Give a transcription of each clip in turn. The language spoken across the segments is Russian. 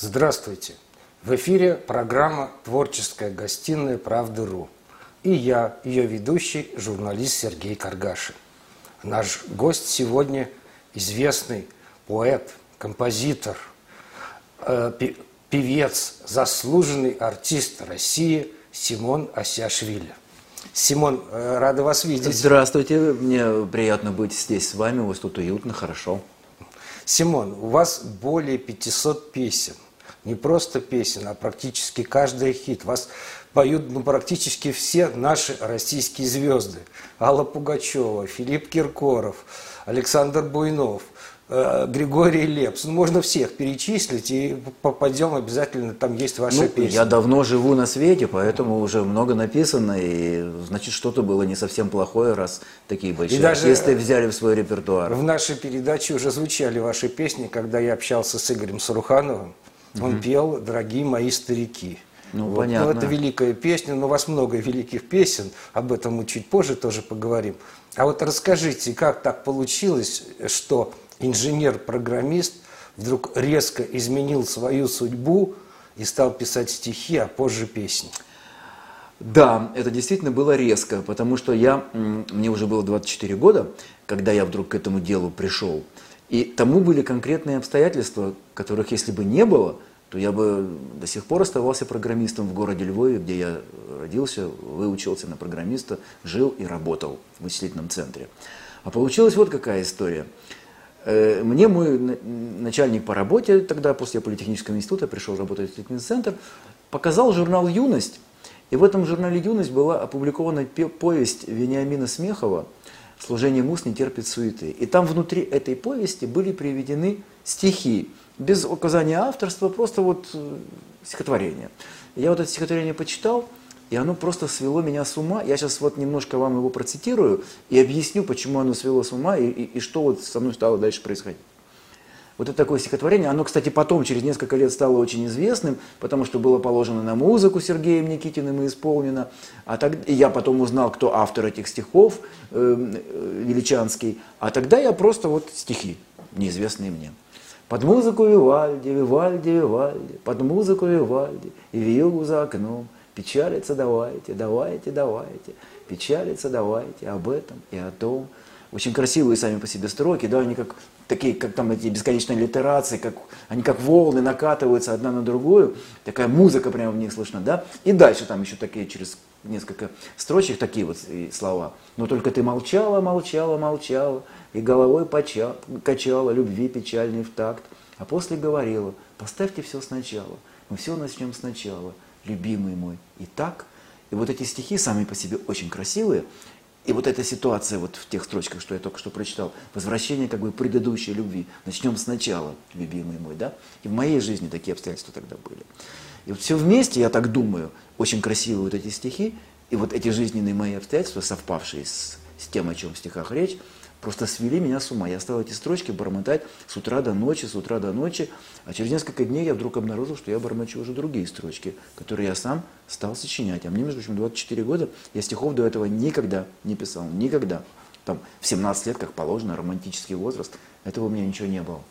Здравствуйте! В эфире программа «Творческая гостиная Правды.ру». И я, ее ведущий, журналист Сергей Каргашин. Наш гость сегодня известный поэт, композитор, певец, заслуженный артист России Симон Асиашвили. Симон, рада вас видеть. Здравствуйте, мне приятно быть здесь с вами, у вас тут уютно, хорошо. Симон, у вас более 500 песен. Не просто песен, а практически каждый хит. Вас поют практически все наши российские звезды. Алла Пугачева, Филипп Киркоров, Александр Буйнов, Григорий Лепс. Можно всех перечислить, и попадем обязательно, там есть ваша песня. Я давно живу на свете, поэтому уже много написано, и значит, что-то было не совсем плохое, раз такие большие артисты взяли в свой репертуар. В нашей передаче уже звучали ваши песни, когда я общался с Игорем Сарухановым. Он пел «Дорогие мои старики». Понятно. Это великая песня, но у вас много великих песен, об этом мы чуть позже тоже поговорим. А вот расскажите, как так получилось, что инженер-программист вдруг резко изменил свою судьбу и стал писать стихи, а позже песни? Да, это действительно было резко, потому что мне уже было 24 года, когда я вдруг к этому делу пришел. И тому были конкретные обстоятельства, которых, если бы не было, то я бы до сих пор оставался программистом в городе Львове, где я родился, выучился на программиста, жил и работал в вычислительном центре. А получилась вот какая история. Мне мой начальник по работе, тогда после политехнического института, пришел работать в вычислительный центр, показал журнал «Юность». И в этом журнале «Юность» была опубликована повесть Вениамина Смехова «Служение муз не терпит суеты». И там внутри этой повести были приведены стихи, без указания авторства, просто вот стихотворение. Я вот это стихотворение почитал, и оно просто свело меня с ума. Я сейчас вот немножко вам его процитирую и объясню, почему оно свело с ума и что вот со мной стало дальше происходить. Вот это такое стихотворение, оно, кстати, потом, через несколько лет, стало очень известным, потому что было положено на музыку Сергеем Никитиным и исполнено. И я потом узнал, кто автор этих стихов, Величанский. А тогда я просто вот стихи, неизвестные мне. Под музыку Вивальди, Вивальди, Вивальди, под музыку Вивальди, и вьюгу за окном. Печалиться давайте, давайте, давайте, печалиться давайте об этом и о том. Очень красивые сами по себе строки, да, они как такие, как там эти бесконечные литерации, они как волны накатываются одна на другую, такая музыка прямо в них слышна, да. И дальше там еще такие через несколько строчек такие вот слова. Но только ты молчала, молчала, молчала, и головой качала любви печальный в такт, а после говорила: поставьте все сначала, мы все начнем сначала, любимый мой. И так, и вот эти стихи сами по себе очень красивые. И вот эта ситуация вот в тех строчках, что я только что прочитал, возвращение как бы предыдущей любви. Начнем сначала, любимый мой, да? И в моей жизни такие обстоятельства тогда были. И вот все вместе, я так думаю, очень красивые вот эти стихи, и вот эти жизненные мои обстоятельства, совпавшие с тем, о чем в стихах речь, просто свели меня с ума. Я стал эти строчки бормотать с утра до ночи, а через несколько дней я вдруг обнаружил, что я бормочу уже другие строчки, которые я сам стал сочинять. А мне, между прочим, 24 года, я стихов до этого никогда не писал, никогда. Там в 17 лет, как положено, романтический возраст, этого у меня ничего не было.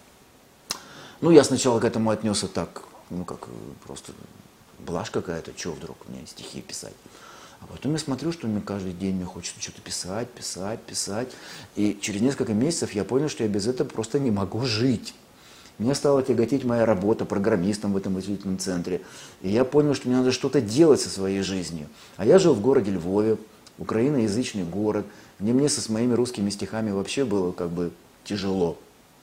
Я сначала к этому отнесся так, как просто блажь какая-то, чего вдруг мне стихи писать. А потом я смотрю, что мне каждый день мне хочется что-то писать. И через несколько месяцев я понял, что я без этого просто не могу жить. Меня стала тяготить моя работа программистом в этом вычислительном центре. И я понял, что мне надо что-то делать со своей жизнью. А я жил в городе Львове, украиноязычный город, где мне с моими русскими стихами вообще было как бы тяжело.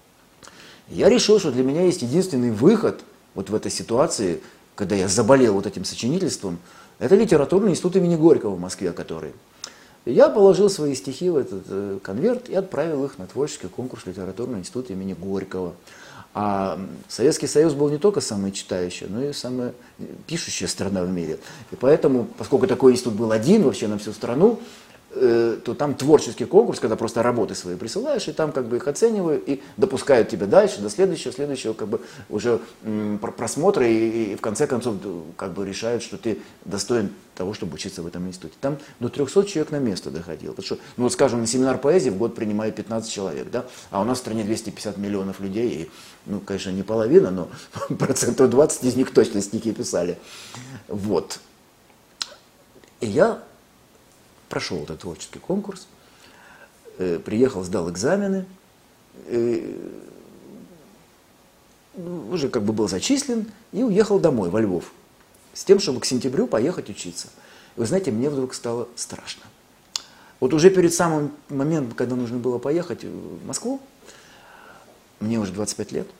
И я решил, что для меня есть единственный выход вот в этой ситуации, когда я заболел вот этим сочинительством. Это литературный институт имени Горького в Москве, который. И я положил свои стихи в этот конверт и отправил их на творческий конкурс литературного института имени Горького. А Советский Союз был не только самая читающая, но и самая пишущая страна в мире. И поэтому, поскольку такой институт был один вообще на всю страну, то там творческий конкурс, когда просто работы свои присылаешь, и там как бы их оценивают и допускают тебя дальше, до следующего как бы уже просмотра, и в конце концов как бы решают, что ты достоин того, чтобы учиться в этом институте. Там до 300 человек на место доходило. Потому что, ну вот скажем, на семинар поэзии в год принимает 15 человек, да, а у нас в стране 250 миллионов людей, и, ну, конечно, не половина, но процентов 20 из них точно стихи писали. Вот. И я прошел этот творческий конкурс, приехал, сдал экзамены, уже как бы был зачислен и уехал домой, во Львов, с тем, чтобы к сентябрю поехать учиться. И вы знаете, мне вдруг стало страшно. Вот уже перед самым моментом, когда нужно было поехать в Москву, мне уже 25 лет,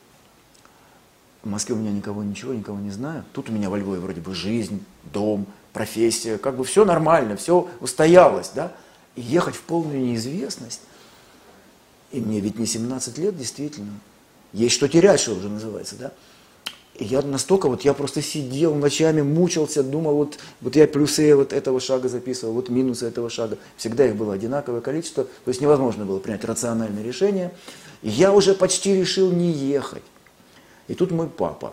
в Москве у меня никого не знаю. Тут у меня во Львове вроде бы жизнь, дом, профессия, как бы все нормально, все устоялось, да? И ехать в полную неизвестность. И мне ведь не 17 лет, действительно. Есть что терять, что уже называется, да? И я настолько, вот я просто сидел ночами, мучился, думал, вот я плюсы вот этого шага записывал, вот минусы этого шага. Всегда их было одинаковое количество, то есть невозможно было принять рациональное решение. И я уже почти решил не ехать. И тут мой папа,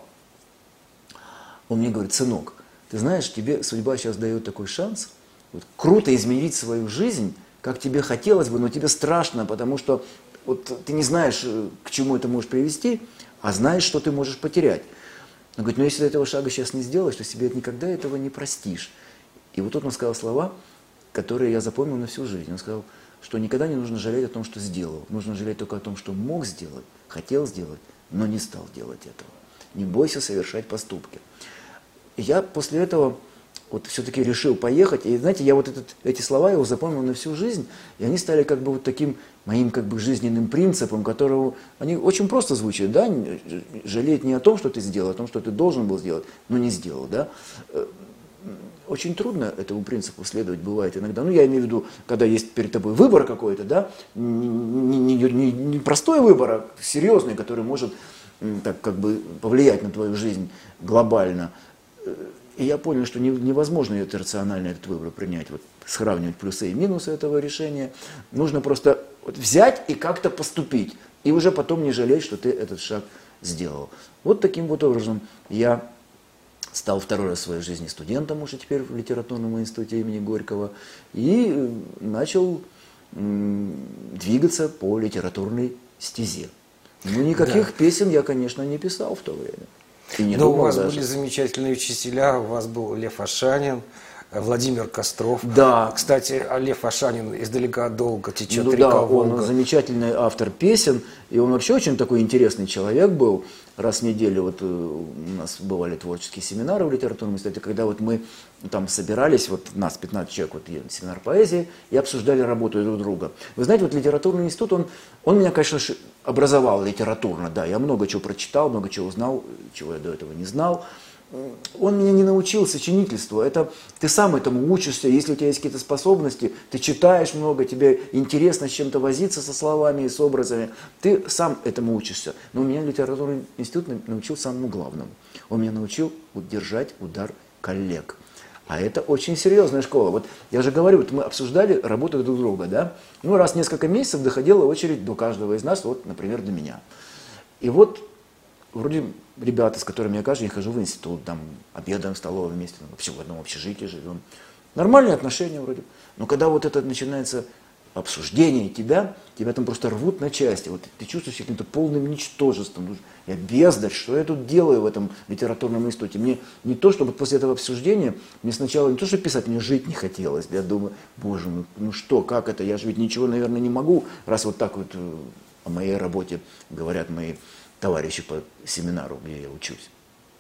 он мне говорит: сынок, ты знаешь, тебе судьба сейчас дает такой шанс, вот, круто изменить свою жизнь, как тебе хотелось бы, но тебе страшно, потому что вот, ты не знаешь, к чему это может привести, а знаешь, что ты можешь потерять. Он говорит: ну если ты этого шага сейчас не сделаешь, то себе никогда этого не простишь. И вот тут он сказал слова, которые я запомнил на всю жизнь. Он сказал, что никогда не нужно жалеть о том, что сделал. Нужно жалеть только о том, что мог сделать, хотел сделать, но не стал делать этого. Не бойся совершать поступки. И я после этого вот все-таки решил поехать. И знаете, я вот эти слова его запомнил на всю жизнь. И они стали как бы вот таким моим как бы жизненным принципом, которого они очень просто звучат, да, жалеть не о том, что ты сделал, а о том, что ты должен был сделать, но не сделал, да. Очень трудно этому принципу следовать бывает иногда. Ну, я имею в виду, когда есть перед тобой выбор какой-то, да, не простой выбор, а серьезный, который может так как бы повлиять на твою жизнь глобально. И я понял, что невозможно это рационально этот выбор принять, вот, сравнивать плюсы и минусы этого решения. Нужно просто вот взять и как-то поступить. И уже потом не жалеть, что ты этот шаг сделал. Вот таким вот образом я стал второй раз в своей жизни студентом уже теперь в литературном институте имени Горького. И начал двигаться по литературной стезе. Ну, никаких песен я, конечно, не писал в то время. Но у вас были замечательные учителя, у вас был Лев Ашанин, Владимир Костров. Да. Кстати, Лев Ашанин «Издалека долго течет ну, река да, Волга». Он замечательный автор песен, и он вообще очень такой интересный человек был. Раз в неделю вот у нас бывали творческие семинары в литературном институте, когда вот мы там собирались, вот нас 15 человек, вот семинар поэзии, и обсуждали работу друг друга. Вы знаете, вот литературный институт, он меня, конечно, образовал литературно, да, я много чего прочитал, много чего узнал, чего я до этого не знал. Он меня не научил сочинительству, это ты сам этому учишься, если у тебя есть какие-то способности, ты читаешь много, тебе интересно с чем-то возиться со словами и с образами, ты сам этому учишься. Но меня литературный институт научил самому главному. Он меня научил держать удар коллег. А это очень серьезная школа. Вот я же говорю, вот мы обсуждали работу друг друга, да? Ну, раз в несколько месяцев доходила очередь до каждого из нас, вот, например, до меня. И вот вроде ребята, с которыми я каждый день хожу в институт, там, обедаем в столовой вместе, вообще в одном общежитии живем. Нормальные отношения вроде. Но когда вот это начинается обсуждение тебя там просто рвут на части. Вот ты чувствуешь себя каким-то полным ничтожеством. Я бездарь, что я тут делаю в этом литературном институте? Мне не то, чтобы после этого обсуждения, мне сначала не то, что писать, мне жить не хотелось. Я думаю, боже, ну что, как это? Я же ведь ничего, наверное, не могу, раз вот так вот о моей работе говорят мои товарищи по семинару, где я учусь.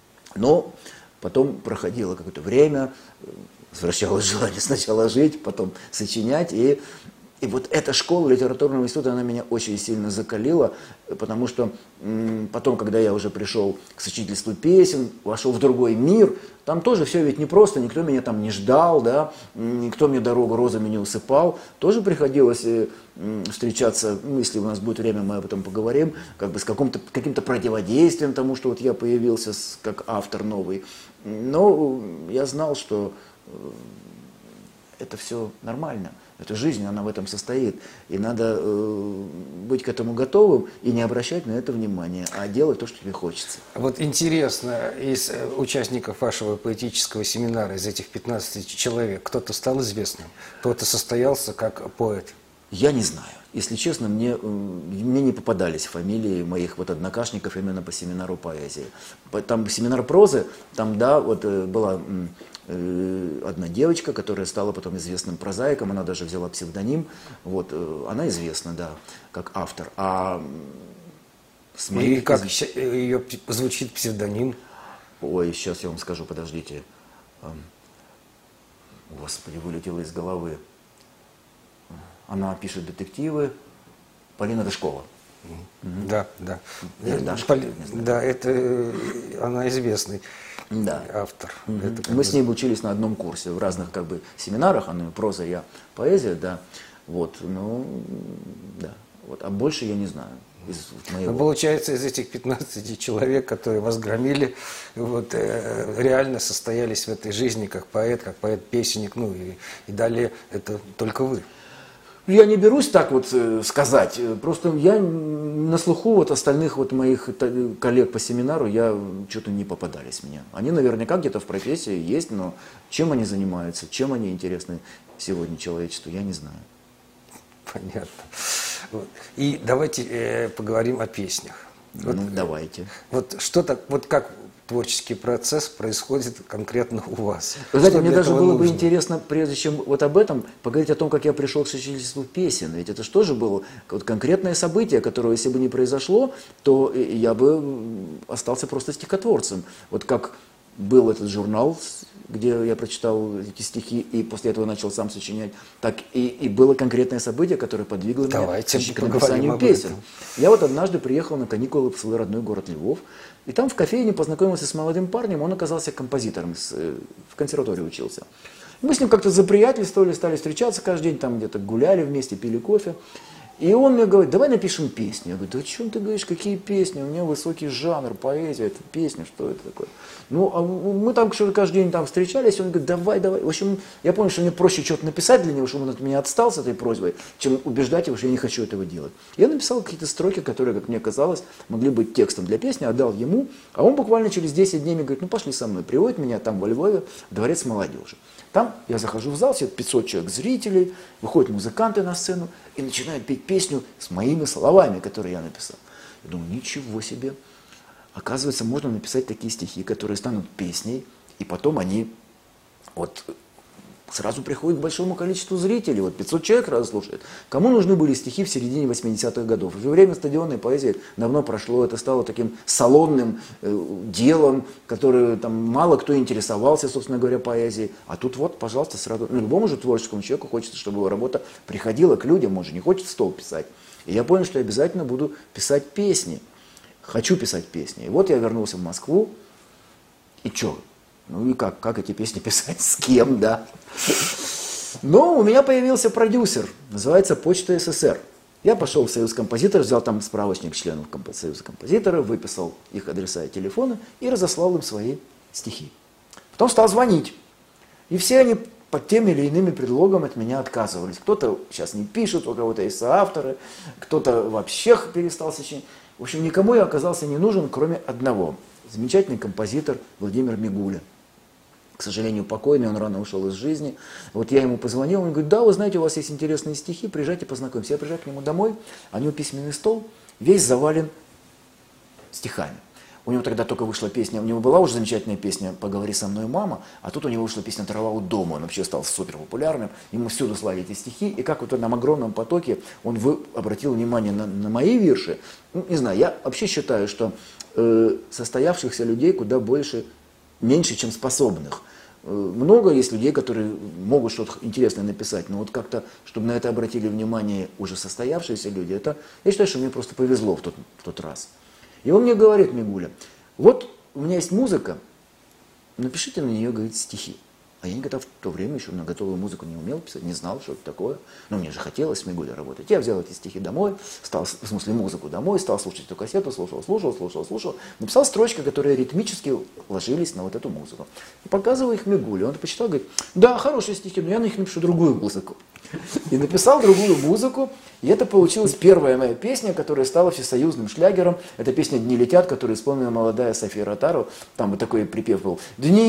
Но потом проходило какое-то время, возвращалось желание сначала жить, потом сочинять. И вот эта школа литературного института, она меня очень сильно закалила, потому что потом, когда я уже пришел к сочинительству песен, вошел в другой мир, там тоже все ведь непросто, никто меня там не ждал, да, никто мне дорогу розами не усыпал, тоже приходилось встречаться, ну, если у нас будет время, мы об этом поговорим, как бы с каким-то противодействием тому, что вот я появился как автор новый. Но я знал, что это все нормально. Это жизнь, она в этом состоит. И надо быть к этому готовым и не обращать на это внимания, а делать то, что тебе хочется. Вот интересно, из участников вашего поэтического семинара, из этих 15 человек, кто-то стал известным, кто-то состоялся как поэт? Я не знаю. Если честно, мне не попадались фамилии моих вот однокашников именно по семинару поэзии. Там семинар прозы, там, да, вот была одна девочка, которая стала потом известным прозаиком, она даже взяла псевдоним, вот, она известна, да, как автор. А с моих... И как ее звучит псевдоним? Ой, сейчас я вам скажу, подождите. Господи, вылетело из головы. Она пишет детективы. Полина Дашкова. Да, да. Да, это она известный автор. Это Мы с ней учились на одном курсе, в разных как бы семинарах, она проза, я поэзия, да. Вот, ну, да. Вот, а больше я не знаю. Из моего... Ну, получается, из этих 15 человек, которые вас громили, вот, реально состоялись в этой жизни как поэт-песенник, ну и далее это только вы. Я не берусь так вот сказать, просто я на слуху вот остальных вот моих коллег по семинару, что-то не попадались мне. Они наверняка где-то в профессии есть, но чем они занимаются, чем они интересны сегодня человечеству, я не знаю. Понятно. Вот. И давайте поговорим о песнях. Вот, ну, давайте. Вот что-то, вот как творческий процесс происходит конкретно у вас? Вы знаете, мне даже было бы интересно, прежде чем вот об этом, поговорить о том, как я пришел к сочинительству песен. Ведь это же тоже было вот конкретное событие, которое, если бы не произошло, то я бы остался просто стихотворцем. Вот как был этот журнал, где я прочитал эти стихи, и после этого начал сам сочинять, так и было конкретное событие, которое подвигло меня к написанию песен. Я вот однажды приехал на каникулы в свой родной город Львов, и там в кофейне познакомился с молодым парнем, он оказался композитором, в консерватории учился. Мы с ним как-то заприятельствовали, стали встречаться каждый день, там где-то гуляли вместе, пили кофе. И он мне говорит, давай напишем песню. Я говорю, да о чем ты говоришь, какие песни? У меня высокий жанр, поэзия, это песня, что это такое? Ну, а мы там каждый день там встречались, он говорит, давай. В общем, я понял, что мне проще что-то написать для него, чтобы он от меня отстал с этой просьбой, чем убеждать его, что я не хочу этого делать. Я написал какие-то строки, которые, как мне казалось, могли быть текстом для песни, отдал ему, а он буквально через 10 дней мне говорит, ну пошли со мной, приводит меня там во Львове, в Дворец молодежи. Там я захожу в зал, сидят 500 человек зрителей, выходят музыканты на сцену и начинают петь песню с моими словами, которые я написал. Я думаю, ничего себе. Оказывается, можно написать такие стихи, которые станут песней, и потом они вот сразу приходят к большому количеству зрителей. Вот 500 человек раз слушают. Кому нужны были стихи в середине 80-х годов? Уже время стадионной поэзии давно прошло. Это стало таким салонным делом, которое там мало кто интересовался, собственно говоря, поэзией. А тут вот, пожалуйста, сразу, ну, любому же творческому человеку хочется, чтобы его работа приходила к людям. Он же не хочет стол писать. И я понял, что я обязательно буду писать песни. Хочу писать песни. И вот я вернулся в Москву. И что? Ну и как эти песни писать, с кем, да. Но у меня появился продюсер, называется «Почта СССР». Я пошел в Союз композиторов, взял там справочник членов Союза композиторов, выписал их адреса и телефоны и разослал им свои стихи. Потом стал звонить. И все они под тем или иным предлогом от меня отказывались. Кто-то сейчас не пишет, у кого-то есть соавторы, кто-то вообще перестал сочинять. В общем, никому я оказался не нужен, кроме одного. Замечательный композитор Владимир Мигуля. К сожалению, покойный, он рано ушел из жизни. Вот я ему позвонил, он говорит, да, вы знаете, у вас есть интересные стихи, приезжайте, познакомимся. Я приезжаю к нему домой, а у него письменный стол, весь завален стихами. У него тогда только вышла песня, у него была уже замечательная песня «Поговори со мной, мама», а тут у него вышла песня «Трава у дома», он вообще стал супер популярным, ему всюду слали эти стихи, и как вот в этом огромном потоке он обратил внимание на мои вирши. Ну, не знаю, я вообще считаю, что состоявшихся людей куда меньше, чем способных. Много есть людей, которые могут что-то интересное написать, но вот как-то, чтобы на это обратили внимание уже состоявшиеся люди, это, я считаю, что мне просто повезло в тот раз. И он мне говорит, Мигуля, вот у меня есть музыка, напишите на нее, говорит, стихи. А я никогда в то время еще на готовую музыку не умел писать, не знал, что это такое. Но мне же хотелось с Мигулей работать. Я взял эти стихи домой, в смысле музыку домой, стал слушать эту кассету, слушал. Написал строчки, которые ритмически ложились на вот эту музыку. И показываю их Мигуле. Он почитал, говорит, да, хорошие стихи, но я на них напишу другую музыку. И написал другую музыку. И это получилась первая моя песня, которая стала всесоюзным шлягером. Это песня «Дни летят», которую исполнила молодая София Ротару. Там вот такой припев был.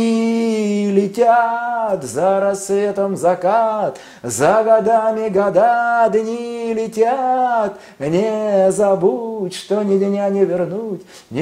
Дни летят, за рассветом закат, за годами года, дни летят. Не забудь, что ни дня не вернуть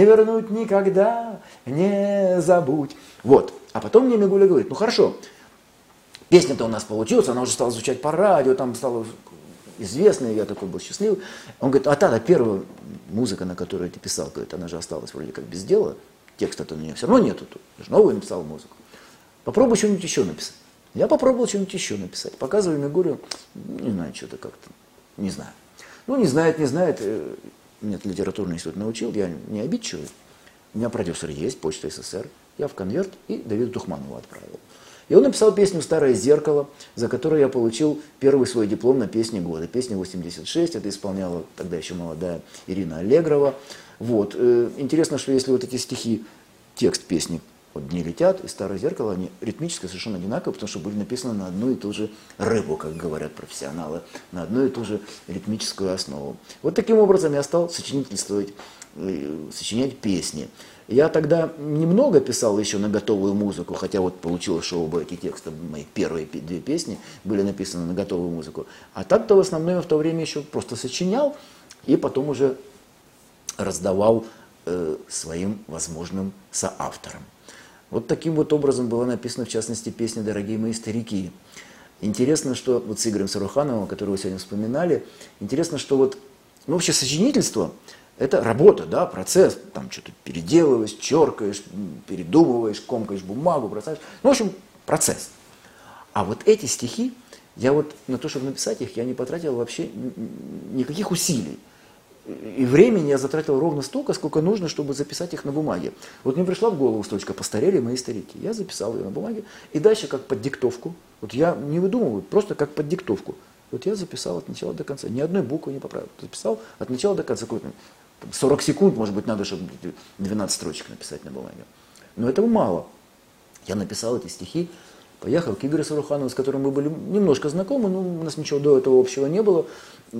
никогда, не забудь. Вот. А потом мне Мигуля говорит, ну хорошо, песня-то у нас получилась, она уже стала звучать по радио, там стала известная, я такой был счастливый. Он говорит, а та первая музыка, на которую ты писал, говорит, она же осталась вроде как без дела, текста-то у меня все равно нету, я же новую написал музыку. Попробуй что-нибудь еще написать. Я попробовал что-нибудь еще написать. Показываю Мигулю, не знаю, что-то как-то, не знаю. Ну, не знает, меня литературный институт научил, я не обидчивый. У меня продюсер есть, Почта СССР. Я в конверт и Давиду Тухманову отправил. И он написал песню «Старое зеркало», за которую я получил первый свой диплом на песне года. Песня 86, это исполняла тогда еще молодая Ирина Аллегрова. Вот. Интересно, что если вот эти стихи, текст песни вот «Дни летят» и «Старое зеркало», они ритмически совершенно одинаковые, потому что были написаны на одну и ту же рыбу, как говорят профессионалы, на одну и ту же ритмическую основу. Вот таким образом я стал сочинительствовать, сочинять песни. Я тогда немного писал еще на готовую музыку, хотя вот получилось, что оба эти текста, мои первые две песни, были написаны на готовую музыку. А так-то в основном я в то время еще просто сочинял и потом уже раздавал своим возможным соавторам. Вот таким вот образом была написана, в частности, песня «Дорогие мои старики». Интересно, что вот с Игорем Сарухановым, которого вы сегодня вспоминали, интересно, что вот, ну, вообще сочинительство – это работа, да, процесс, там что-то переделываешь, черкаешь, передумываешь, комкаешь бумагу, бросаешь. Ну, в общем, процесс. А вот эти стихи, я вот на то, чтобы написать их, я не потратил вообще никаких усилий. И времени я затратил ровно столько, сколько нужно, чтобы записать их на бумаге. Вот мне пришла в голову строчка «Постарели мои старики». Я записал ее на бумаге. И дальше как под диктовку. Вот я не выдумываю, просто как под диктовку. Вот я записал от начала до конца. Ни одной буквы не поправил. Записал от начала до конца. 40 секунд, может быть, надо, чтобы 12 строчек написать на бумаге. Но этого мало. Я написал эти стихи, поехал к Игорю Саруханову, с которым мы были немножко знакомы, но у нас ничего до этого общего не было. И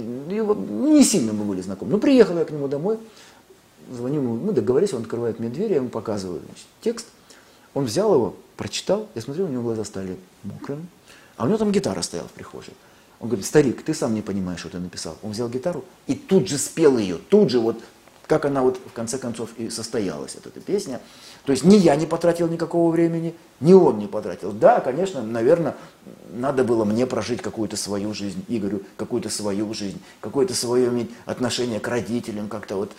не сильно мы были знакомы. Но приехал я к нему домой, звоню ему, мы договорились, он открывает мне дверь, я ему показываю текст. Он взял его, прочитал, я смотрю, у него глаза стали мокрыми, а у него там гитара стояла в прихожей. Он говорит, старик, ты сам не понимаешь, что ты написал. Он взял гитару и тут же спел ее, тут же вот, как она вот в конце концов и состоялась, эта песня. То есть ни я не потратил никакого времени, ни он не потратил. Да, конечно, наверное, надо было мне прожить какую-то свою жизнь, Игорю какую-то свою жизнь, какое-то свое иметь отношение к родителям, как-то вот.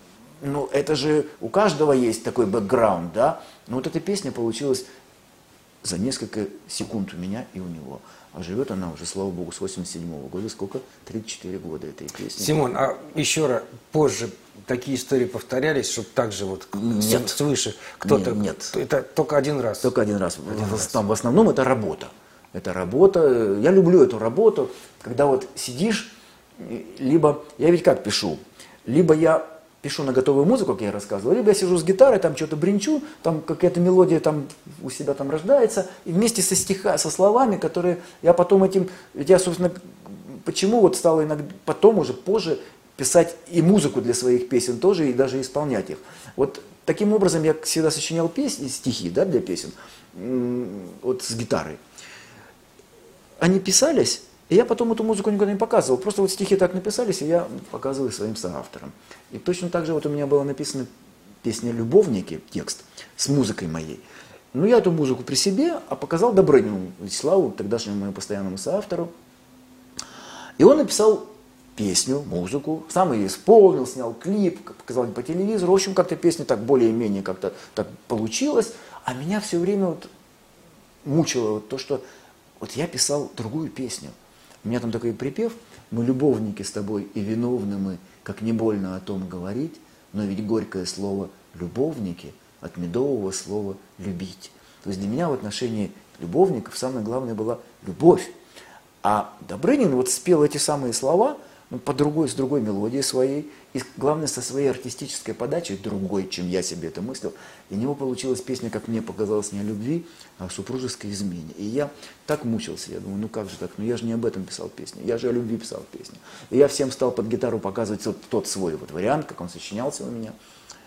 Ну, это же у каждого есть такой бэкграунд, да. Но вот эта песня получилась за несколько секунд у меня и у него. А живет она уже, слава богу, с 87-го года. Сколько? 34 года этой песни. Симон, а еще раз, позже такие истории повторялись, чтобы так же вот нет. свыше кто-то... Нет. Это только один раз? Только один раз. Там в основном это работа. Это работа. Я люблю эту работу, когда вот сидишь, либо... Я ведь как пишу? Либо я пишу на готовую музыку, как я рассказывал, либо я сижу с гитарой, там что-то бренчу, там какая-то мелодия там у себя там рождается, и вместе со словами, которые я потом этим, ведь я, собственно, почему вот стал иногда, потом уже позже писать и музыку для своих песен тоже, и даже исполнять их. Вот таким образом я всегда сочинял песни, стихи, да, для песен, вот с гитарой. Они писались, и я потом эту музыку никогда не показывал. Просто вот стихи так написались, и я показывал их своим соавторам. И точно так же вот у меня была написана песня «Любовники», текст, с музыкой моей. Ну, я эту музыку при себе, а показал Добрынину Вячеславу, тогдашнему моему постоянному соавтору. И он написал песню, музыку, сам ее исполнил, снял клип, показал по телевизору. В общем, как-то песня так более-менее как-то так получилась. А меня все время вот мучило вот то, что вот я писал другую песню. У меня там такой припев: «Мы любовники с тобой, и виновны мы, как не больно о том говорить, но ведь горькое слово «любовники» от медового слова «любить». То есть для меня в отношении любовников самое главное была любовь. А Добрынин вот спел эти самые слова с другой мелодией своей, и главное, со своей артистической подачей, другой, чем я себе это мыслил, и у него получилась песня, как мне показалось, не о любви, а о супружеской измене. И я так мучился, я думаю, ну как же так, ну я же не об этом писал песню, я же о любви писал песню. И я всем стал под гитару показывать вот тот свой вот вариант, как он сочинялся у меня.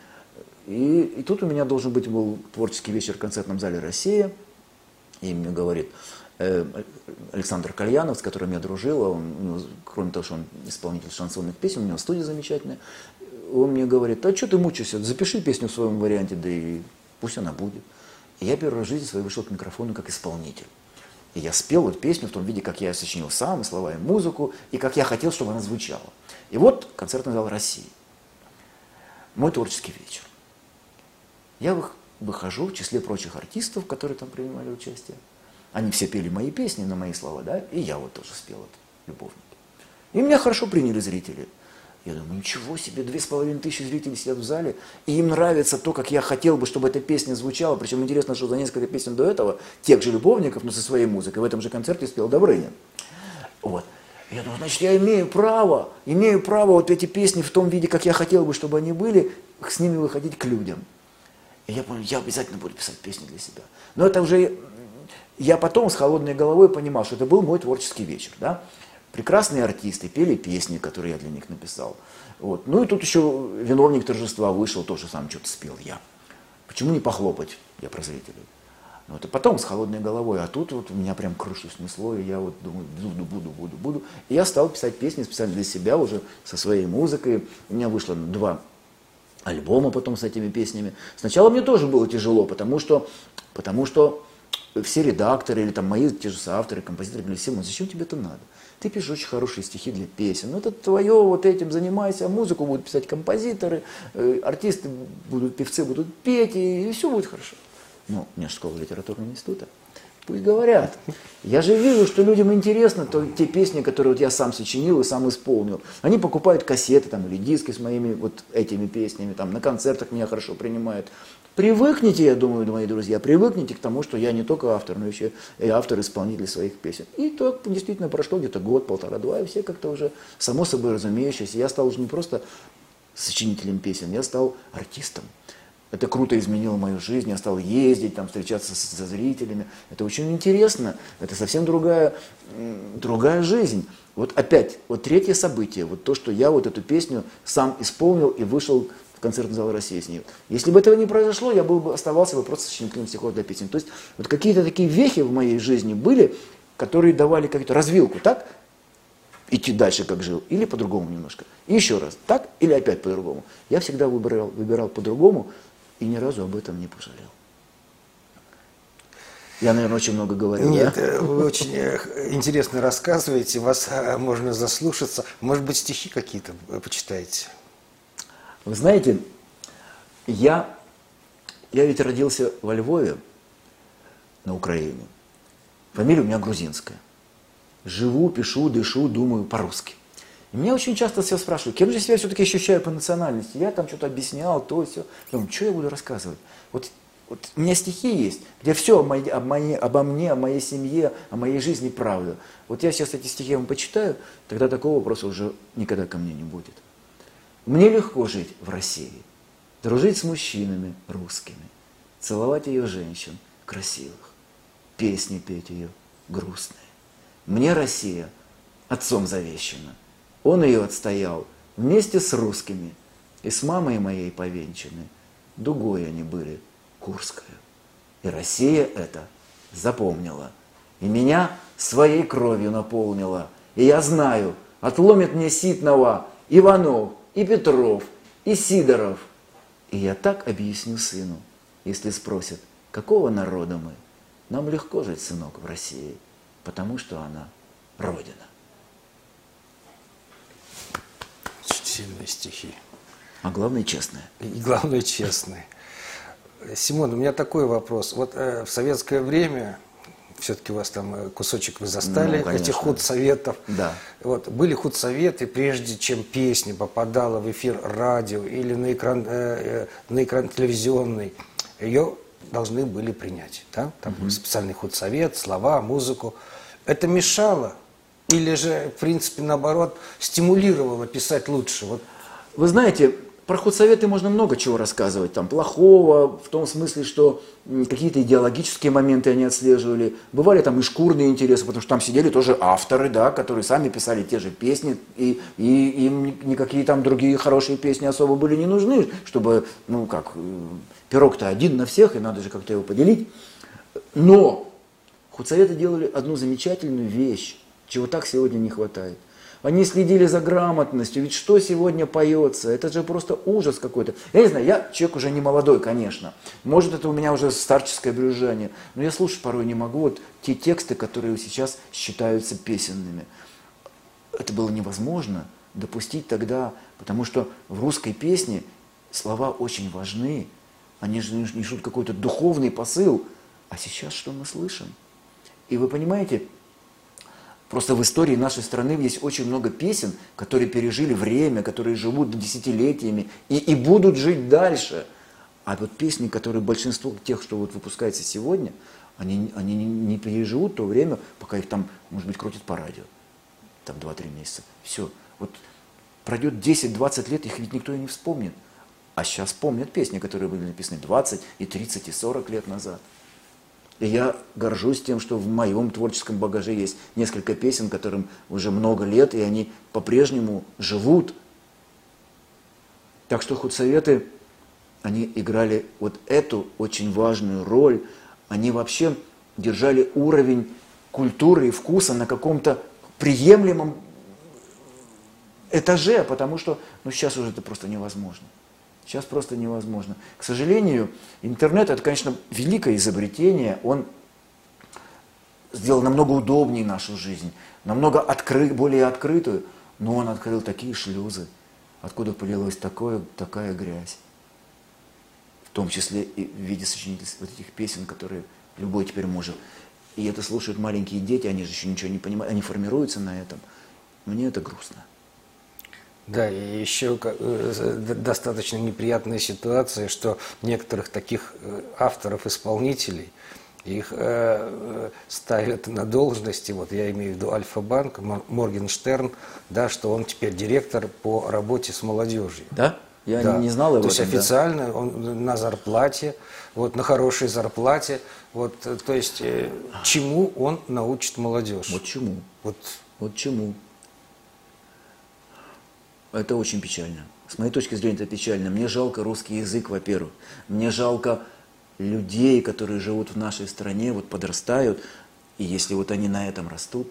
И тут у меня должен быть был творческий вечер в концертном зале «Россия», и мне говорит Александр Кальянов, с которым я дружил, кроме того, что он исполнитель шансонных песен, у него студия замечательная, он мне говорит, а что ты мучаешься, запиши песню в своем варианте, да и пусть она будет. И я первый раз в жизни своей вышел к микрофону как исполнитель. И я спел эту песню в том виде, как я сочинил сам, и слова, и музыку, и как я хотел, чтобы она звучала. И вот концертный зал «России». Мой творческий вечер. Я выхожу в числе прочих артистов, которые там принимали участие. Они все пели мои песни на мои слова, да, и я вот тоже спел это, «Любовники». И меня хорошо приняли зрители. Я думаю, ничего себе, 2500 зрителей сидят в зале, и им нравится то, как я хотел бы, чтобы эта песня звучала. Причем интересно, что за несколько песен до этого, тех же «Любовников», но со своей музыкой, в этом же концерте спел Добрынин. Вот. Я думаю, значит, я имею право вот эти песни в том виде, как я хотел бы, чтобы они были, с ними выходить к людям. И я понял, я обязательно буду писать песни для себя. Но это уже... Я потом с холодной головой понимал, что это был мой творческий вечер. Да? Прекрасные артисты пели песни, которые я для них написал. Вот. Ну и тут еще виновник торжества вышел, тоже сам что-то спел я. Почему не похлопать? Я про зрителей. Ну, это потом с холодной головой, а тут вот меня прям крышу снесло, и я вот думаю, буду. И я стал писать песни специально для себя уже со своей музыкой. У меня вышло 2 альбома потом с этими песнями. Сначала мне тоже было тяжело, потому что все редакторы или там мои те же соавторы, композиторы говорили, Симон, зачем тебе это надо? Ты пишешь очень хорошие стихи для песен, ну это твое, вот этим занимайся, а музыку будут писать композиторы, артисты будут, певцы будут петь, и все будет хорошо. Ну, у меня же школа литературного института. Пусть говорят. Я же вижу, что людям интересно те песни, которые вот я сам сочинил и сам исполнил. Они покупают кассеты там, или диски с моими вот этими песнями, там, на концертах меня хорошо принимают. Привыкните, я думаю, мои друзья, привыкните к тому, что я не только автор, но еще и автор-исполнитель своих песен. И так действительно прошло где-то год, 1,5-2, и все как-то уже само собой разумеющееся. Я стал уже не просто сочинителем песен, я стал артистом. Это круто изменило мою жизнь, я стал ездить, там, встречаться со зрителями. Это очень интересно, это совсем другая жизнь. Вот опять, вот третье событие, вот то, что я вот эту песню сам исполнил и вышел в концертный зал России с ней. Если бы этого не произошло, я оставался бы просто сочинителем стихов для песен. То есть вот какие-то такие вехи в моей жизни были, которые давали какую-то развилку, так? Идти дальше, как жил, или по-другому немножко. И еще раз, так или опять по-другому. Я всегда выбирал по-другому, и ни разу об этом не пожалел. Я, наверное, очень много говорю. Нет, да? Вы очень интересно рассказываете, вас можно заслушаться. Может быть, стихи какие-то почитаете? Вы знаете, я ведь родился во Львове, на Украине. Фамилия у меня грузинская. Живу, пишу, дышу, думаю по-русски. И меня очень часто все спрашивают, кем же себя все-таки ощущаю по национальности? Я там что-то объяснял, то, все. Думаю, что я буду рассказывать? Вот у меня стихи есть, где все обо мне, о моей семье, о моей жизни правда. Вот я сейчас эти стихи вам почитаю, тогда такого вопроса уже никогда ко мне не будет. Мне легко жить в России, дружить с мужчинами русскими, целовать ее женщин красивых, песни петь ее грустные. Мне Россия отцом завещана. Он ее отстоял вместе с русскими, и с мамой моей повенчаны. Дугой они были, Курская. И Россия это запомнила, и меня своей кровью наполнила. И я знаю, отломит мне Ситного Иванов, и Петров, и Сидоров. И я так объясню сыну, если спросят, какого народа мы. Нам легко жить, сынок, в России, потому что она Родина. Очень сильные стихи. А главное, честные. И главное, честные. Симон, у меня такой вопрос. Вот в советское время, все-таки у вас там кусочек вы застали, этих худсоветов. Да. Вот, были худсоветы, прежде чем песня попадала в эфир радио или на экран телевизионный, ее должны были принять. Да? Там был специальный худсовет, слова, музыку. Это мешало или же, в принципе, наоборот, стимулировало писать лучше? Вот. Вы знаете, про худсоветы можно много чего рассказывать, там, плохого, в том смысле, что какие-то идеологические моменты они отслеживали. Бывали там и шкурные интересы, потому что там сидели тоже авторы, да, которые сами писали те же песни, и им никакие там другие хорошие песни особо были не нужны, чтобы, ну как, пирог-то один на всех, и надо же как-то его поделить. Но худсоветы делали одну замечательную вещь, чего так сегодня не хватает. Они следили за грамотностью, ведь что сегодня поется, это же просто ужас какой-то. Я не знаю, я человек уже не молодой, конечно, может это у меня уже старческое брюзжание, но я слушать порой не могу вот те тексты, которые сейчас считаются песенными. Это было невозможно допустить тогда, потому что в русской песне слова очень важны, они же несут какой-то духовный посыл, а сейчас что мы слышим? И вы понимаете, просто в истории нашей страны есть очень много песен, которые пережили время, которые живут десятилетиями и будут жить дальше. А вот песни, которые большинство тех, что вот выпускается сегодня, они не переживут то время, пока их там, может быть, крутят по радио. Там 2-3 месяца. Все. Вот пройдет 10-20 лет, их ведь никто и не вспомнит. А сейчас помнят песни, которые были написаны 20, и 30, и 40 лет назад. И я горжусь тем, что в моем творческом багаже есть несколько песен, которым уже много лет, и они по-прежнему живут. Так что худсоветы, они играли вот эту очень важную роль. Они вообще держали уровень культуры и вкуса на каком-то приемлемом этаже, потому что сейчас уже это просто невозможно. Сейчас просто невозможно. К сожалению, интернет – это, конечно, великое изобретение. Он сделал намного удобнее нашу жизнь, намного более открытую, но он открыл такие шлюзы, откуда полилась такая грязь. В том числе и в виде сочинительств вот этих песен, которые любой теперь может. И это слушают маленькие дети, они же еще ничего не понимают, они формируются на этом. Мне это грустно. Да, и еще достаточно неприятная ситуация, что некоторых таких авторов-исполнителей, их ставят на должности, вот я имею в виду Альфа-банк, Моргенштерн, да, что он теперь директор по работе с молодежью. Да? Я не знал его. То есть официально он на зарплате, вот на хорошей зарплате, вот, то есть чему он научит молодежь? Вот чему? Вот чему? Это очень печально. С моей точки зрения это печально. Мне жалко русский язык, во-первых. Мне жалко людей, которые живут в нашей стране, вот подрастают, и если вот они на этом растут,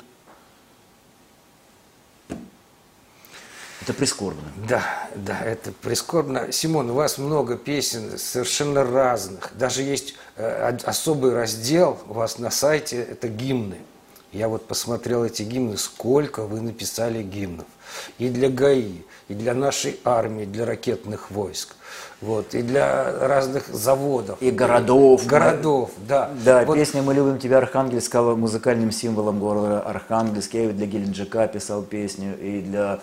это прискорбно. Да, это прискорбно. Симон, у вас много песен совершенно разных. Даже есть особый раздел у вас на сайте, это гимны. Я вот посмотрел эти гимны, сколько вы написали гимнов. И для ГАИ, и для нашей армии, для ракетных войск, вот, и для разных заводов. И городов. Городов, да. Да, вот. Песня «Мы любим тебя» Архангельск стала музыкальным символом города Архангельск. Я и для Геленджика писал песню, и для,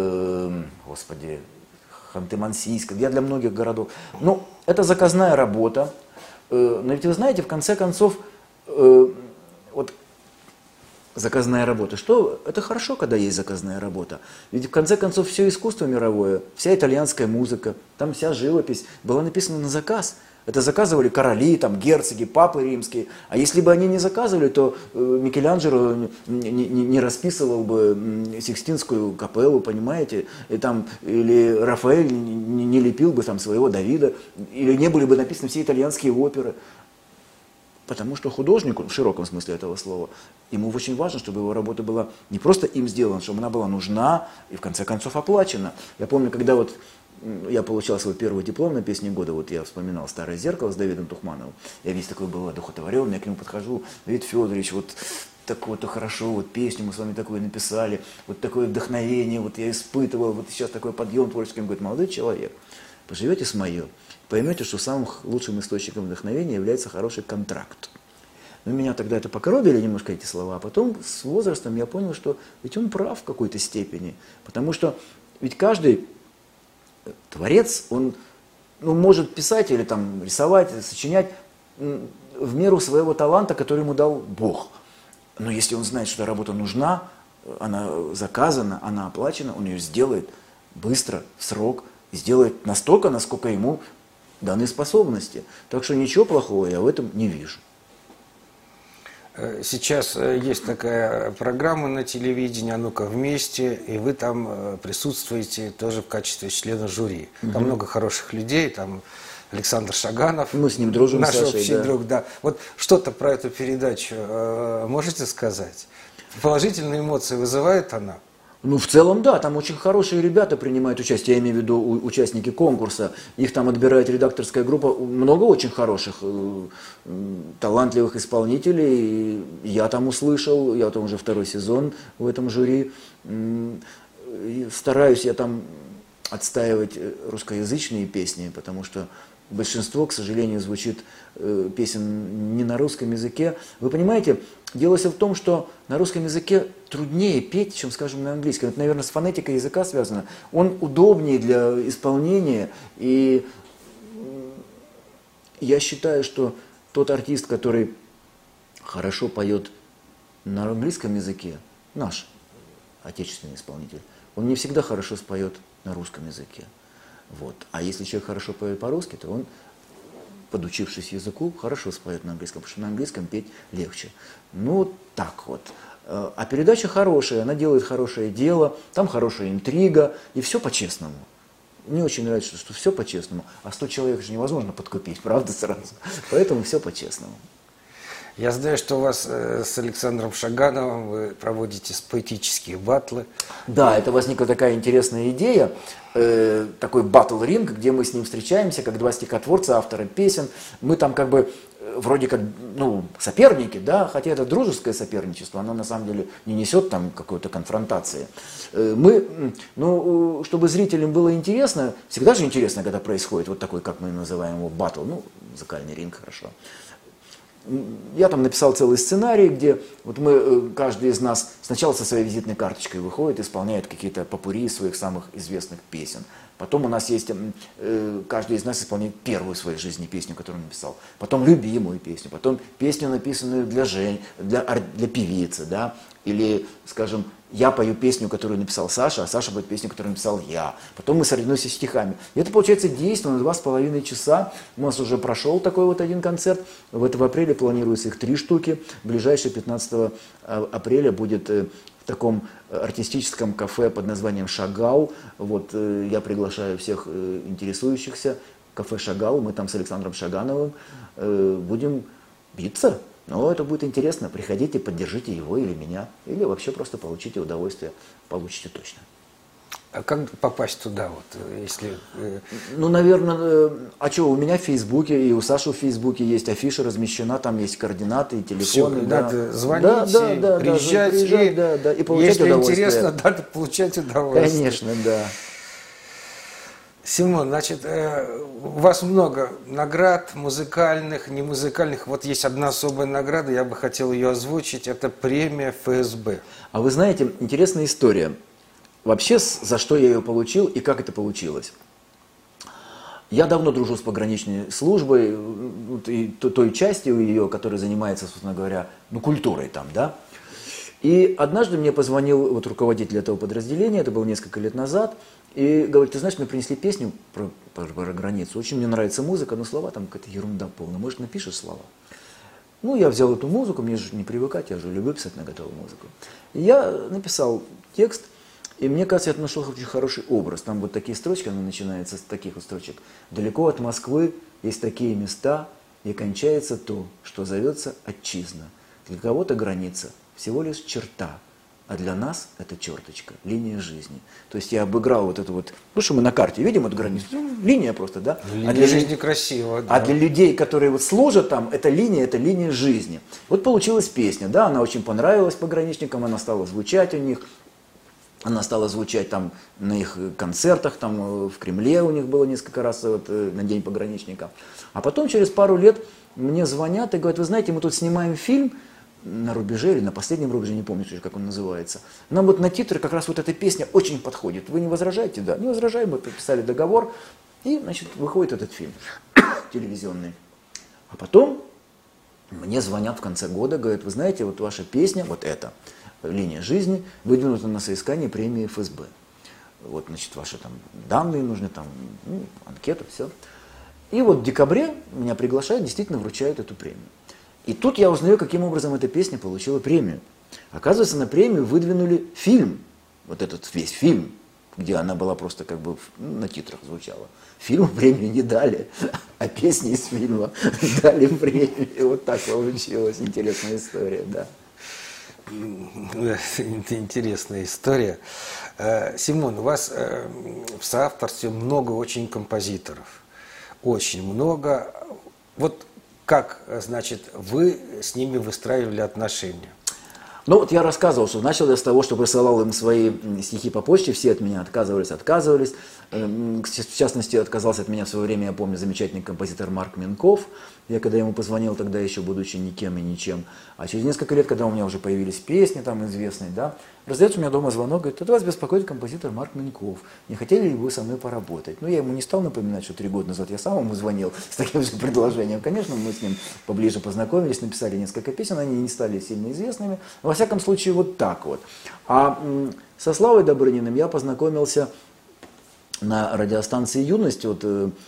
Ханты-Мансийска, я для многих городов. Ну, это заказная работа. Но ведь вы знаете, в конце концов, вот заказная работа. Что? Это хорошо, когда есть заказная работа. Ведь в конце концов все искусство мировое, вся итальянская музыка, там вся живопись была написана на заказ. Это заказывали короли, там, герцоги, папы римские. А если бы они не заказывали, то Микеланджело не расписывал бы Сикстинскую капеллу, понимаете? Или Рафаэль не лепил бы там своего Давида, или не были бы написаны все итальянские оперы. Потому что художнику, в широком смысле этого слова, ему очень важно, чтобы его работа была не просто им сделана, чтобы она была нужна и в конце концов оплачена. Я помню, когда вот я получал свой первый диплом на песне года, вот я вспоминал «Старое зеркало» с Давидом Тухмановым, я весь такой был одухотворенный, я к нему подхожу: Давид Федорович, вот такое-то хорошо, вот песню мы с вами такое написали, вот такое вдохновение, вот я испытывал, вот сейчас такой подъем творческий. Он говорит: молодой человек, поживете с мое, поймете, что самым лучшим источником вдохновения является хороший контракт. Но меня тогда это покоробили немножко эти слова, а потом с возрастом я понял, что ведь он прав в какой-то степени, потому что ведь каждый творец, он может писать или там рисовать, сочинять в меру своего таланта, который ему дал Бог. Но если он знает, что эта работа нужна, она заказана, она оплачена, он ее сделает. быстро, в срок, сделать настолько, насколько ему даны способности. Так что ничего плохого я в этом не вижу. Сейчас есть такая программа на телевидении «А ну-ка вместе», и вы там присутствуете тоже в качестве члена жюри. Там много хороших людей, там Александр Шаганов. Мы с ним дружим, наш Сашей, общий друг, да. Вот что-то про эту передачу можете сказать? Положительные эмоции вызывает она? Ну, в целом, да, там очень хорошие ребята принимают участие, я имею в виду участники конкурса. Их там отбирает редакторская группа, много очень хороших, талантливых исполнителей. Я там услышал, я там уже 2-й сезон в этом жюри. Стараюсь я там отстаивать русскоязычные песни, потому что большинство, к сожалению, звучит песен не на русском языке. Вы понимаете, дело все в том, что на русском языке труднее петь, чем, скажем, на английском. Это, наверное, с фонетикой языка связано. Он удобнее для исполнения. И я считаю, что тот артист, который хорошо поет на английском языке, наш отечественный исполнитель, он не всегда хорошо споет на русском языке. Вот. А если человек хорошо поет по-русски, то он, подучившись языку, хорошо споет на английском, потому что на английском петь легче. Ну, вот так вот. А передача хорошая, она делает хорошее дело, там хорошая интрига, и все по-честному. Мне очень нравится, что все по-честному, а 100 человек же невозможно подкупить, правда, сразу. Поэтому все по-честному. Я знаю, что у вас с Александром Шагановым вы проводите поэтические батлы. Да, это возникла такая интересная идея, такой батл-ринг, где мы с ним встречаемся, как два стихотворца, автора песен. Мы там как бы вроде как, ну, соперники, да, хотя это дружеское соперничество, оно на самом деле не несет там какой-то конфронтации. Мы, ну, чтобы зрителям было интересно, всегда же интересно, когда происходит вот такой, как мы называем его, батл, ну, музыкальный ринг, хорошо. Я там написал целый сценарий, где вот мы, каждый из нас сначала со своей визитной карточкой выходит, исполняет какие-то попурри своих самых известных песен. Потом у нас есть, каждый из нас исполняет первую в своей жизни песню, которую он написал. Потом любимую песню, потом песню, написанную для певицы, да, или, скажем, я пою песню, которую написал Саша, а Саша поет песню, которую написал я. Потом мы соревнуемся стихами. И это получается действие на 2,5 часа. У нас уже прошел такой вот один концерт. В апреле планируется их 3 штуки. Ближайшее 15 апреля будет в таком артистическом кафе под названием «Шагал». Вот, я приглашаю всех интересующихся. Кафе «Шагал». Мы там с Александром Шагановым будем биться. Но это будет интересно. Приходите, поддержите его или меня. Или вообще просто получите удовольствие. Получите точно. А как попасть туда, вот, если... Ну, наверное, а что, у меня в Фейсбуке и у Саши в Фейсбуке есть афиша размещена, там есть координаты и телефоны. Все, да. Надо звонить, приезжать, да, и получать если удовольствие. Если интересно, надо получать удовольствие. Конечно, да. Симон, значит, у вас много наград, музыкальных, немузыкальных. Вот есть одна особая награда, я бы хотел ее озвучить. Это премия ФСБ. А вы знаете, интересная история. Вообще, за что я ее получил и как это получилось. Я давно дружу с пограничной службой, и той частью ее, которая занимается, собственно говоря, ну, культурой там, да. И однажды мне позвонил вот руководитель этого подразделения, это было несколько лет назад, и говорит: ты знаешь, мне принесли песню про границу, очень мне нравится музыка, но слова там какая-то ерунда полная, может, напишешь слова? Ну, я взял эту музыку, мне же не привыкать, я же люблю писать на готовую музыку. И я написал текст, и мне кажется, я нашел очень хороший образ. Там вот такие строчки, она начинается с таких вот строчек. «Далеко от Москвы есть такие места, и кончается то, что зовется отчизна. Для кого-то граница всего лишь черта, а для нас это черточка, линия жизни». То есть я обыграл вот это вот, ну что мы на карте видим эту границу, ну, линия просто, да? Линия жизни красиво, да. А для людей, которые вот служат там, это линия жизни. Вот получилась песня, да, она очень понравилась пограничникам, она стала звучать у них. Она стала звучать там на их концертах, там в Кремле у них было несколько раз вот, на День пограничника. А потом через пару лет мне звонят и говорят: вы знаете, мы тут снимаем фильм на рубеже или на последнем рубеже, не помню, как он называется. Нам вот на титры как раз вот эта песня очень подходит. Вы не возражаете? Да, не возражаем, мы подписали договор. И, значит, выходит этот фильм телевизионный. А потом мне звонят в конце года, говорят: вы знаете, вот ваша песня, вот эта, «Линия жизни», выдвинута на соискание премии ФСБ. вот, значит, ваши там данные нужны, там, ну, анкета, все. И вот в декабре меня приглашают, действительно вручают эту премию. И тут я узнаю, каким образом эта песня получила премию. Оказывается, на премию выдвинули фильм, вот этот весь фильм, где она была просто как бы на титрах звучала. Фильму премию не дали, а песни из фильма дали премию. И вот так получилась интересная история, да. Это интересная история. Симон, у вас в соавторстве много очень композиторов. Очень много. Вот как, значит, вы с ними выстраивали отношения? Ну вот я рассказывал, что начал я с того, что присылал им свои стихи по почте, все от меня отказывались. В частности, отказался от меня в свое время, я помню, замечательный композитор Марк Минков. Я когда ему позвонил, тогда еще будучи никем и ничем. А через несколько лет, когда у меня уже появились песни там известные, да, раздается у меня дома звонок, говорит, это вас беспокоит композитор Марк Минков. Не хотели ли вы со мной поработать? Ну, я ему не стал напоминать, что 3 года назад я сам ему звонил с таким же предложением. Конечно, мы с ним поближе познакомились, написали несколько песен, они не стали сильно известными. Но, во всяком случае, вот так вот. А со Славой Добрыниным я познакомился на радиостанции «Юность». Вот,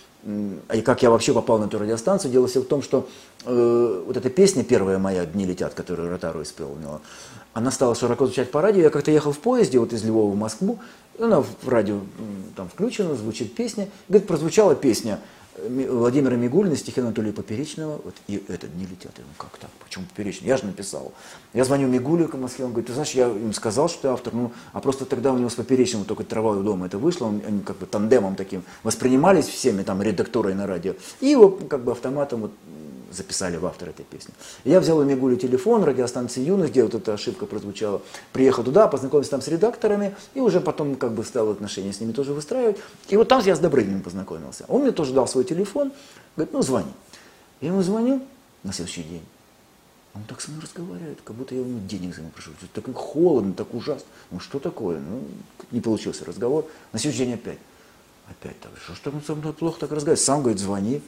и как я вообще попал на эту радиостанцию, дело все в том, что вот эта песня, первая моя «Дни летят», которую Ротару исполнила, она стала широко звучать по радио. Я как-то ехал в поезде вот из Львова в Москву, и она в радио там включена, звучит песня. Говорит, прозвучала песня Владимира Мигулина, стихи Анатолия Поперечного, вот, и это «Дни летят». Я думаю, как так? Почему Поперечный? Я же написал. Я звоню Мигуле в Москве, он говорит, ты знаешь, я им сказал, что ты автор, ну, а просто тогда у него с Поперечным только «Трава у дома» это вышло, они как бы тандемом таким воспринимались всеми там редакторой на радио, и его как бы автоматом вот записали в автор этой песни. И я взял у Мигули телефон, радиостанции «Юность», где вот эта ошибка прозвучала, приехал туда, познакомился там с редакторами, и уже потом как бы стал отношения с ними тоже выстраивать. И вот там я с Добрыниным познакомился. Он мне тоже дал свой телефон, говорит, ну звони. Я ему звоню на следующий день. Он так со мной разговаривает, как будто я ему денег за него прошу. Так холодно, так ужасно. Ну что такое? Ну, не получился разговор. На следующий день опять. Опять так. Что он со мной плохо так разговаривает? Сам говорит, звони.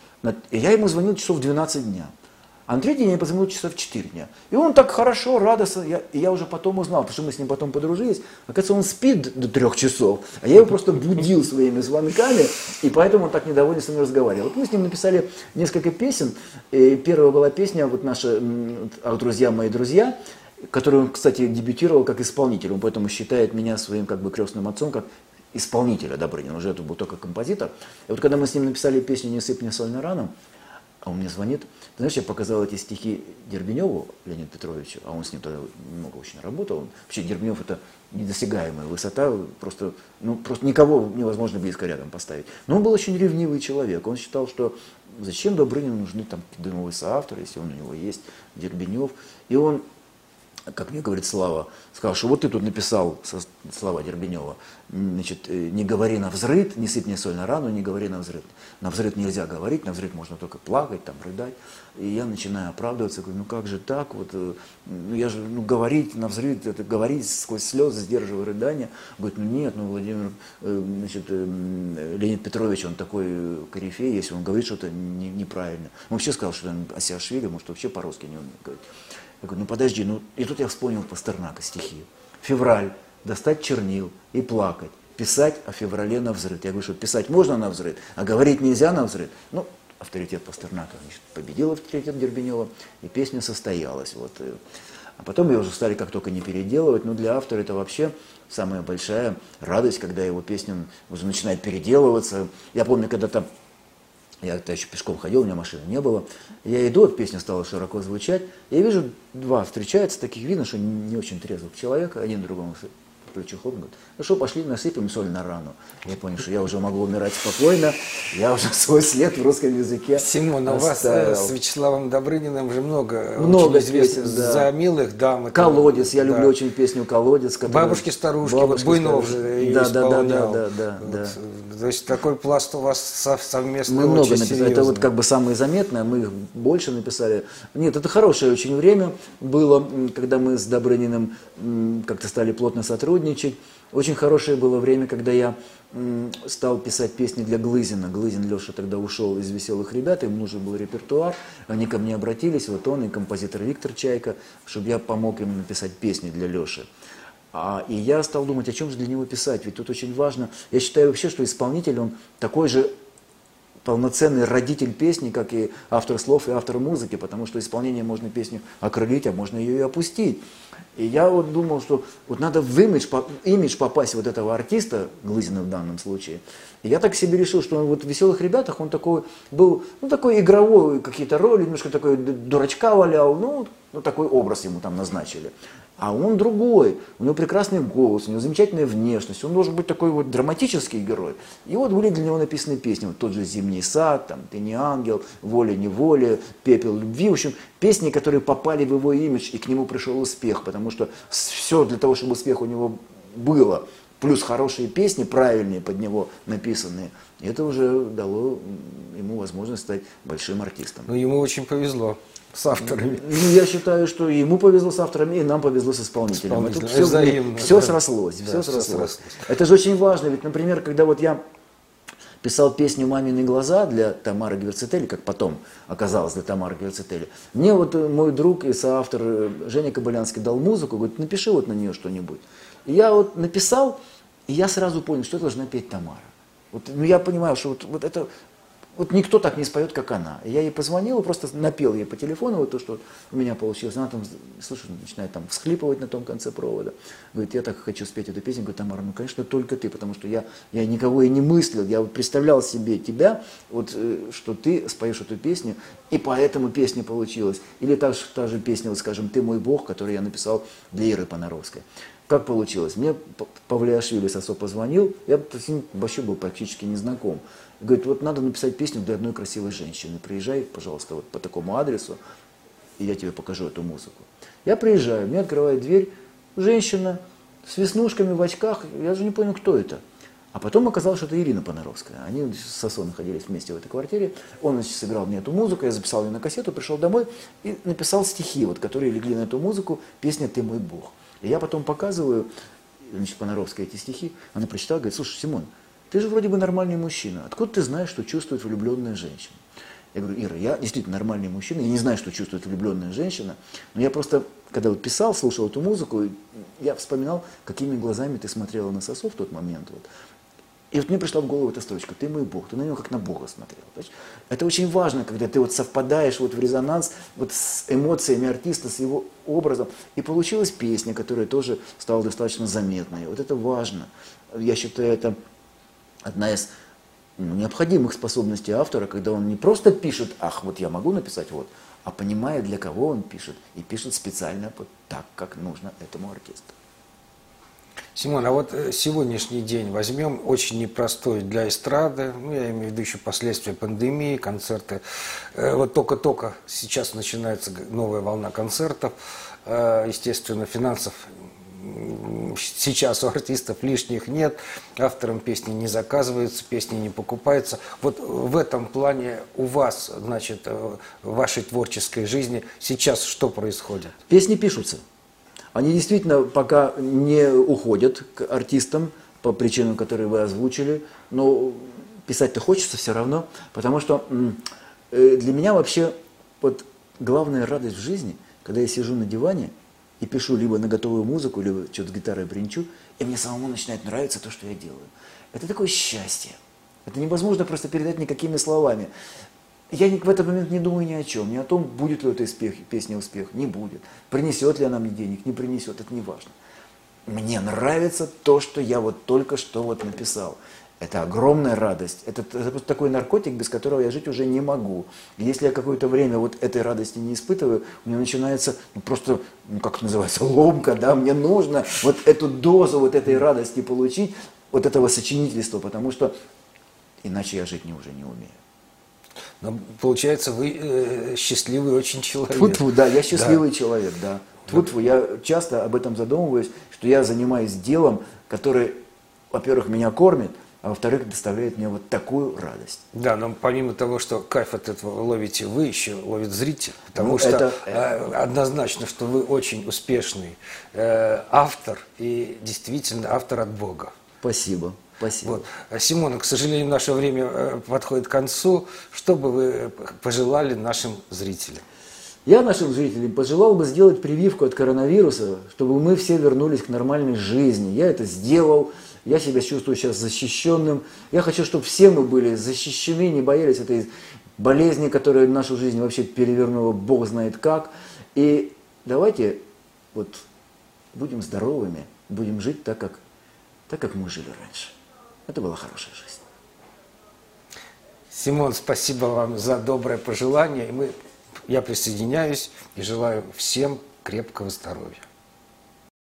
И я ему звонил часов в 12 дня. А на третий день я позвонил часов в 4 дня. И он так хорошо, радостно, я уже потом узнал, потому что мы с ним потом подружились. Оказывается, он спит до 3 часов, а я его просто будил своими звонками, и поэтому он так недовольно со мной разговаривал. Вот мы с ним написали несколько песен. И первая была песня, вот наша «Друзья мои друзья», которую он, кстати, дебютировал как исполнитель. Он поэтому считает меня своим как бы крестным отцом, как исполнителя Добрынина, уже это был только композитор. И вот когда мы с ним написали песню «Не сыпь мне соль на рану», а он мне звонит, ты знаешь, я показал эти стихи Дербеневу, Леониду Петровичу, а он с ним тогда много очень работал. Вообще Дербенев это недосягаемая высота, просто никого невозможно близко рядом поставить. Но он был очень ревнивый человек, он считал, что зачем Добрынину нужны там новые соавторы, если он у него есть, Дербенев. И он, как мне говорит Слава, сказал, что вот ты тут написал, Слава Дербенева, значит, не говори навзрыд, не сыпь мне соль на рану, не говори навзрыд. Навзрыд нельзя говорить, навзрыд можно только плакать, там, рыдать. И я начинаю оправдываться, говорю, ну как же так, вот, ну я же, ну говорить навзрыд, это говорить сквозь слезы, сдерживая рыдания. Говорит, ну нет, ну Владимир, значит, Леонид Петрович, он такой корифей, если он говорит что-то неправильно. Он вообще сказал, что он Асиашвили, может вообще по-русски не умеет говорить. Я говорю, ну подожди, ну и тут я вспомнил Пастернака стихи. Февраль, достать чернил и плакать, писать о феврале навзрыд. Я говорю, что писать можно навзрыд, а говорить нельзя навзрыд. Ну, авторитет Пастернака, значит, победил авторитет Дербенева, и песня состоялась. Вот. А потом ее уже стали как только не переделывать, но для автора это вообще самая большая радость, когда его песня уже начинает переделываться. Я помню, когда-то я тогда еще пешком ходил, у меня машины не было. Я иду, вот песня стала широко звучать. Я вижу, два встречаются, таких видно, что не очень трезвых человека, один другому плечо хлопнул, говорит, ну что, пошли насыпем соль на рану. Я понял, что я уже могу умирать спокойно, я уже свой след в русском языке Симон, у вас с Вячеславом Добрыниным же много очень известно песен, да. «За милых дам». «Колодец», я люблю очень песню «Колодец». «Бабушки-старушки», вот Буйнов же ее исполнял. Да. То есть такой пласт у вас совместный. Мы много очень написали, серьезный. это вот как бы самые заметные, мы их больше написали. Нет, это хорошее очень время было, когда мы с Добрыниным как-то стали плотно сотрудничать. Очень хорошее было время, когда я стал писать песни для Глызина. Глызин Леша тогда ушел из «Веселых ребят», им нужен был репертуар. Они ко мне обратились, вот он и композитор Виктор Чайка, чтобы я помог им написать песни для Леши. И я стал думать, о чем же для него писать, ведь тут очень важно. Я считаю вообще, что исполнитель, он такой же полноценный родитель песни, как и автор слов и автор музыки, потому что исполнение можно песню окрылить, а можно ее и опустить. И я вот думал, что вот надо в имидж попасть вот этого артиста, Глызина в данном случае. И я так себе решил, что он вот в «Веселых ребятах» он такой был, ну такой игровой, какие-то роли, немножко такой дурачка валял, ну такой образ ему там назначили. А он другой, у него прекрасный голос, у него замечательная внешность, он должен быть такой вот драматический герой. И вот были для него написаны песни, вот тот же «Зимний сад», там, «Ты не ангел», «Воля-неволя», «Пепел любви». В общем, песни, которые попали в его имидж, и к нему пришел успех, потому что все для того, чтобы успех у него было, плюс хорошие песни, правильные под него написанные, это уже дало ему возможность стать большим артистом. Ну, ему очень повезло с авторами. Ну, я считаю, что ему повезло с авторами, и нам повезло с исполнителем. И тут все срослось. Да, все срослось. Это же очень важно, ведь, например, когда вот я писал песню «Мамины глаза» для Тамары Гверцетели, как потом оказалось для Тамары Гверцетели, мне вот мой друг и соавтор Женя Кобылянский дал музыку, говорит, напиши вот на нее что-нибудь. И я вот написал, и я сразу понял, что это должна петь Тамара. Вот, ну, я понимаю, что вот это... Вот никто так не споет, как она. И я ей позвонил, просто напел ей по телефону вот то, что у меня получилось. Она там, слушай, начинает там всхлипывать на том конце провода. Говорит, я так хочу спеть эту песню. Говорит, Тамара, ну, конечно, только ты, потому что я никого и не мыслил. Я вот представлял себе тебя, вот, что ты споешь эту песню, и поэтому песня получилась. Или та же песня, вот, скажем, «Ты мой Бог», которую я написал для Иры Понаровской. Как получилось? Мне Павлиашвили Сосо позвонил, я с ним вообще был практически не знаком. Говорит, вот надо написать песню для одной красивой женщины. Приезжай, пожалуйста, вот по такому адресу, и я тебе покажу эту музыку. Я приезжаю, мне открывает дверь женщина с веснушками в очках, я же не понял, кто это. А потом оказалось, что это Ирина Понаровская. Они с Сосо находились вместе в этой квартире. Он, значит, сыграл мне эту музыку, я записал ее на кассету, пришел домой и написал стихи, вот, которые легли на эту музыку, песня «Ты мой Бог». И я потом показываю, значит, Понаровской эти стихи, она прочитала, говорит, слушай, Симон, ты же вроде бы нормальный мужчина, откуда ты знаешь, что чувствует влюбленная женщина? Я говорю, Ира, я действительно нормальный мужчина, я не знаю, что чувствует влюбленная женщина, но я просто, когда вот писал, слушал эту музыку, я вспоминал, какими глазами ты смотрела на Сосо в тот момент. Вот. И вот мне пришла в голову эта строчка, ты мой Бог, ты на него как на Бога смотрел. Это очень важно, когда ты вот совпадаешь вот в резонанс вот с эмоциями артиста, с его образом. И получилась песня, которая тоже стала достаточно заметной. Вот это важно. Я считаю, это одна из необходимых способностей автора, когда он не просто пишет, ах, вот я могу написать, вот, а понимая, для кого он пишет, и пишет специально вот так, как нужно этому артисту. Симон, а вот сегодняшний день возьмем очень непростой для эстрады, ну, я имею в виду еще последствия пандемии, концерты. Вот только-только сейчас начинается новая волна концертов, естественно, финансов сейчас у артистов лишних нет, авторам песни не заказываются, песни не покупаются. Вот в этом плане у вас, значит, в вашей творческой жизни сейчас что происходит? Песни пишутся. Они действительно пока не уходят к артистам по причинам, которые вы озвучили, но писать-то хочется все равно, потому что для меня вообще вот главная радость в жизни, когда я сижу на диване и пишу либо на готовую музыку, либо что-то с гитарой бренчу, и мне самому начинает нравиться то, что я делаю. Это такое счастье. Это невозможно просто передать никакими словами. Я в этот момент не думаю ни о чем, ни о том, будет ли у этой песни успех, не будет. Принесет ли она мне денег, не принесет, это не важно. Мне нравится то, что я вот только что вот написал. Это огромная радость. Это просто такой наркотик, без которого я жить уже не могу. И если я какое-то время вот этой радости не испытываю, у меня начинается просто, как это называется, ломка, да, мне нужно вот эту дозу вот этой радости получить, вот этого сочинительства, потому что иначе я жить уже не умею. Но получается, вы счастливый очень человек. Тьфу-тьфу, да, я счастливый человек, да. Тьфу-тьфу, я часто об этом задумываюсь, что я занимаюсь делом, которое, во-первых, меня кормит, а во-вторых, доставляет мне вот такую радость. Да, но помимо того, что кайф от этого ловите вы, еще ловит зритель. Потому что однозначно, что вы очень успешный автор и действительно автор от Бога. Спасибо. Спасибо. Вот. Симона, к сожалению, наше время подходит к концу. Что бы вы пожелали нашим зрителям? Я нашим жителям пожелал бы сделать прививку от коронавируса, чтобы мы все вернулись к нормальной жизни. Я это сделал, я себя чувствую сейчас защищенным. Я хочу, чтобы все мы были защищены, не боялись этой болезни, которая нашу жизнь вообще перевернула бог знает как. И давайте вот будем здоровыми, будем жить так, как мы жили раньше. Это была хорошая жизнь. Симон, спасибо вам за доброе пожелание. Я присоединяюсь и желаю всем крепкого здоровья.